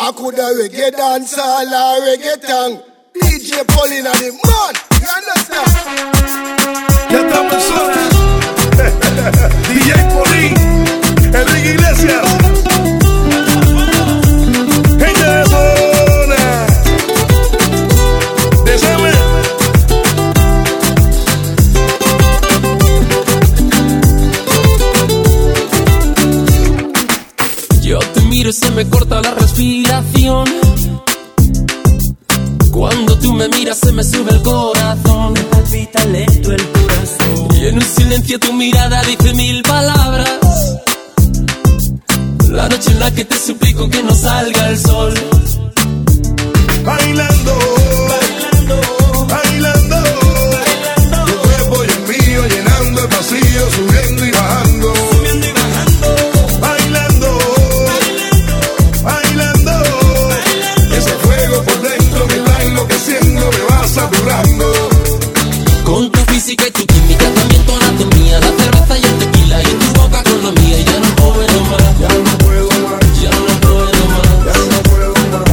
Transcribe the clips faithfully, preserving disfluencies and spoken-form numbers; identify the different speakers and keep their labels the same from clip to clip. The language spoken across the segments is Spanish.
Speaker 1: I coulda reggae dancehall or reggaeton. D J Paulina the man, you understand?
Speaker 2: Ya estamos en zona. D J Paulín, Enrique Iglesias. Gente de zona. Déjame.
Speaker 3: Yo te miro y se me corta la respiración. Cuando tú me miras se me sube el corazón. Me palpita lento el corazón. Y en un silencio tu mirada dice mil palabras. La noche en la que te suplico que no salga el sol.
Speaker 2: Bailando, bailando, bailando, bailando. Tu cuerpo y el mío llenando el vacío, subiendo y bajando. Subiendo y bajando. Bailando, bailando, bailando, bailando. Ese fuego por dentro me está enloqueciendo, me va saturando.
Speaker 3: Con tu física y tu química, también tu anatomía, la cerveza y el tequila, y tu boca con la mía, y ya no puedo más.
Speaker 2: Ya no puedo más.
Speaker 3: Ya no puedo más.
Speaker 2: Ya no puedo más.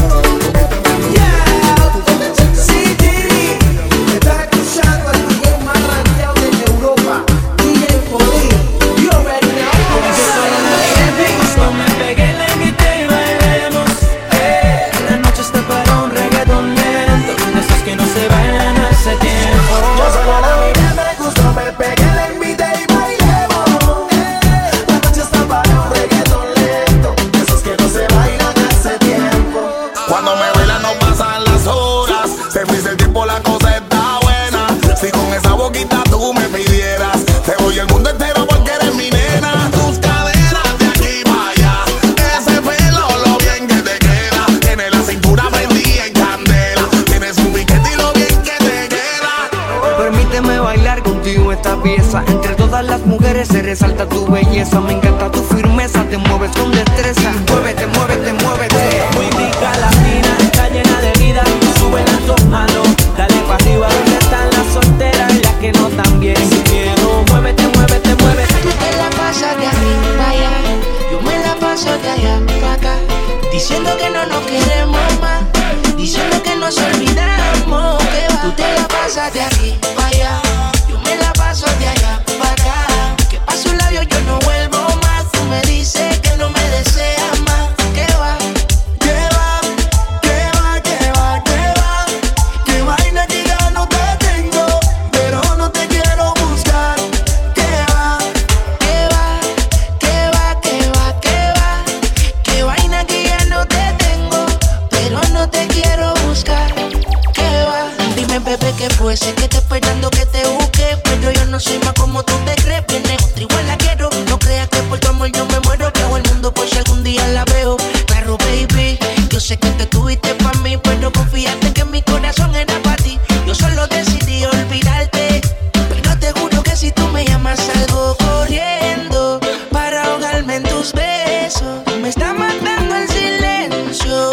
Speaker 4: Entre todas las mujeres se resalta tu belleza. Me encanta tu firmeza, te mueves con destreza. Muévete, muévete, muévete.
Speaker 5: Muy rica la fina, está llena de vida. Sube las dos manos, dale para arriba. Donde están las solteras y las que no tan bien. Sin miedo, muévete, muévete, muévete.
Speaker 6: Tú te la pasas de aquí para allá, yo me la paso de allá para acá, diciendo que no nos queremos más, diciendo que nos olvidamos. Que va. Tú te la pasas de aquí para allá, yo me la paso de allá para acá, que paso un labio yo no vuelvo más. Tú me dices que no me deseas más. Que va,
Speaker 2: Que va, que va, que va, que va. Que vaina que ya no te tengo, pero no te quiero buscar. Que va,
Speaker 6: que va, que va, que va, que va. Que vaina que ya no te tengo, pero no te quiero buscar. Que va. Dime bebé que fue, sé que te esperando que te busque, pero yo no soy más como tú te crees. Viene otra igual la quiero, no creas que por tu amor yo me muero. Que hago el mundo por si algún día la veo. Claro baby, yo sé que te tuviste pa' mí, pero confiaste que mi corazón era pa' ti. Yo solo decidí olvidarte, pero te juro que si tú me llamas salgo corriendo para ahogarme en tus besos. Me está matando el silencio.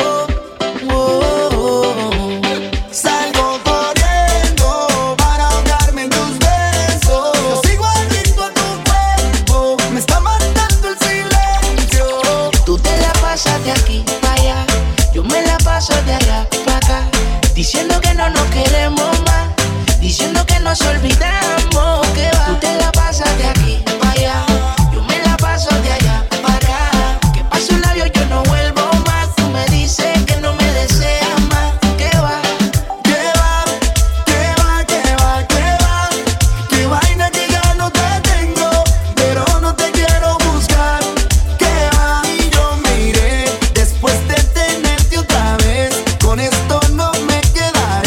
Speaker 6: Oh, oh, oh.
Speaker 2: salgo corriendo para ahogarme en tus besos. Yo sigo adicto a tu cuerpo, me está matando el silencio.
Speaker 6: Tú te la pasas de aquí para allá, yo me la paso de allá para acá, diciendo que no nos queremos más, diciendo que nos olvidamos. Que va. Tú te la pasas de aquí para allá, yo me la paso de allá para acá, que paso un labio yo no vuelvo más. Tú me dices que no me deseas más. Que va,
Speaker 2: Que va, que va, que va, que va. Que vaina que ya no te tengo, pero no te quiero buscar. Que va, y yo me iré después de tenerte otra vez. Con esto no me quedaré.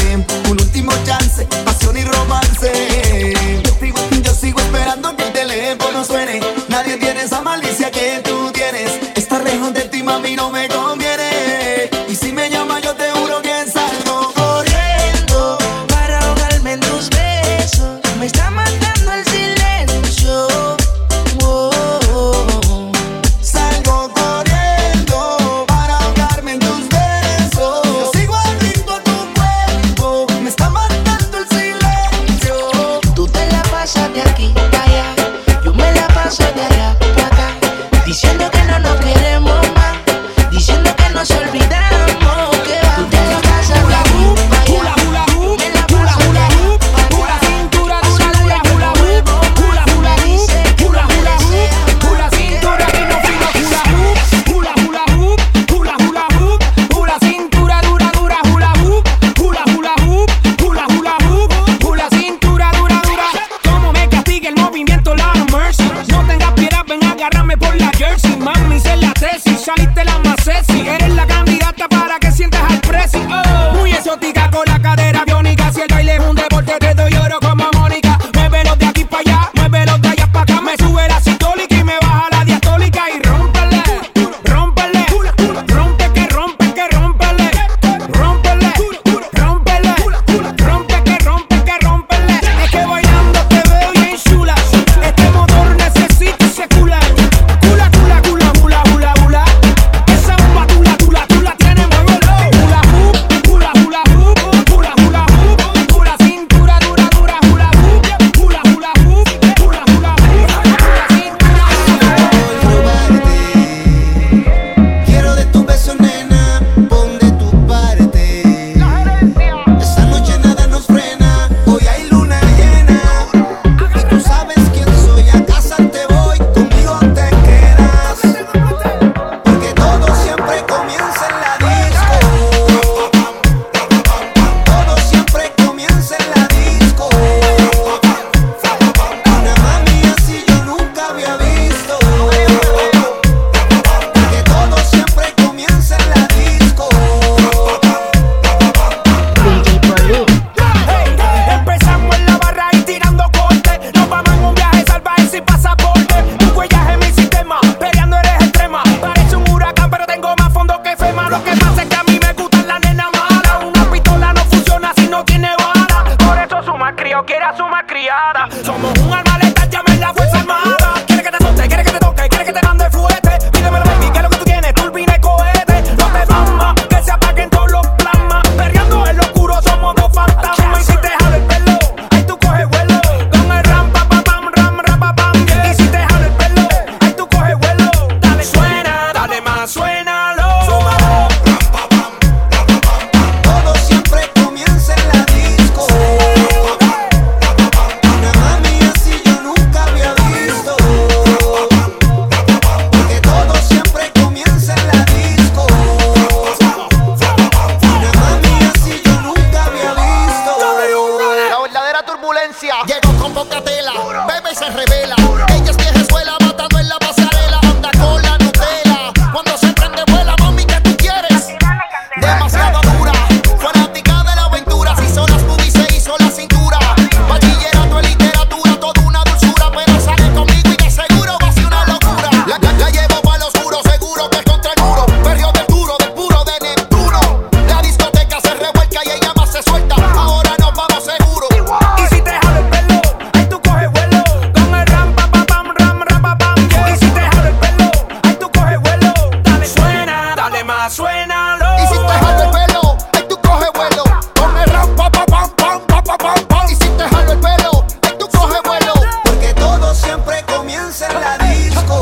Speaker 1: Y si te jalo el pelo, ay tú coge vuelo. Con el ram, pa, pa, pam, pam, pa, pa, pam, pam. Y si te jalo el pelo, ay tú coge vuelo.
Speaker 7: Porque todo siempre comienza en la disco.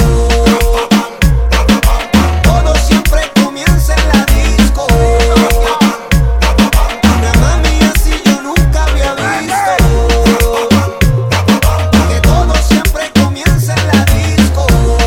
Speaker 7: Todo siempre comienza en la disco. Una mami así yo nunca había visto. Porque todo siempre comienza en la disco.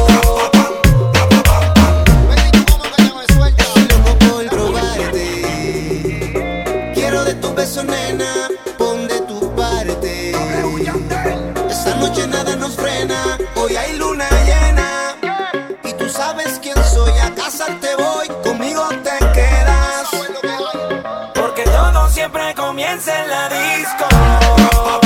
Speaker 7: Loco por probarte. Quiero de tu beso, nena. Pon de tu parte. Esta noche nada nos frena. Hoy hay luna llena. Y tú sabes quién soy. A casa te voy. Conmigo te quedas.
Speaker 5: Porque todo siempre comienza en la disco.